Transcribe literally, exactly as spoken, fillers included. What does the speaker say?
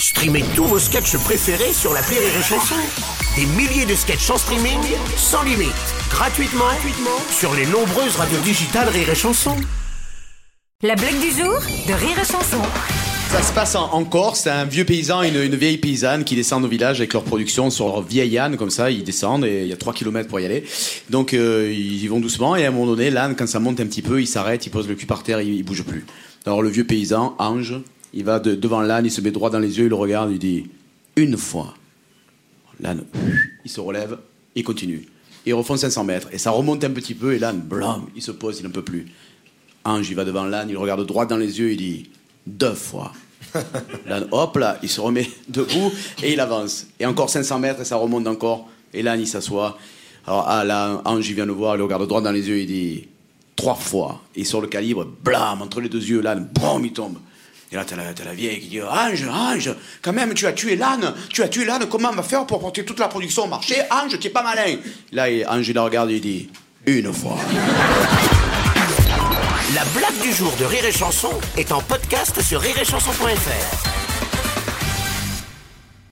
Streamez tous vos sketchs préférés sur l'appli Rire et Chanson. Des milliers de sketchs en streaming, sans limite, gratuitement, gratuitement sur les nombreuses radios digitales Rire et Chanson. La blague du jour de Rire et Chanson. Ça se passe en, en Corse, c'est un vieux paysan et une, une vieille paysanne qui descendent au village avec leur production sur leur vieille âne, comme ça, ils descendent et il y a trois kilomètres pour y aller. Donc euh, ils y vont doucement et à un moment donné, l'âne, quand ça monte un petit peu, il s'arrête, il pose le cul par terre, il, il bouge plus. Alors le vieux paysan, Ange, il va de, devant l'âne, il se met droit dans les yeux, il le regarde, il dit « Une fois ». L'âne, il se relève, il continue. Et il refond cinq cents mètres et ça remonte un petit peu et l'âne, blam, il se pose, il n'en peut plus. Ange, il va devant l'âne, il le regarde droit dans les yeux, il dit « Deux fois ». L'âne, hop là, il se remet debout et il avance. Et encore cinq cents mètres et ça remonte encore. Et l'âne, il s'assoit. Alors ah, là, Ange, il vient le voir, il le regarde droit dans les yeux, il dit trois fois. Et sur le calibre, blam, entre les deux yeux, l'âne, bam, il tombe. Et là, t'as la, t'as la vieille qui dit Ange, Ange, quand même, tu as tué l'âne. Tu as tué l'âne, comment on va faire pour porter toute la production au marché? Ange, tu es pas malin. Là, Ange, il la regarde et il dit une fois. La blague du jour de Rire et Chanson est en podcast sur rire et chanson point f r.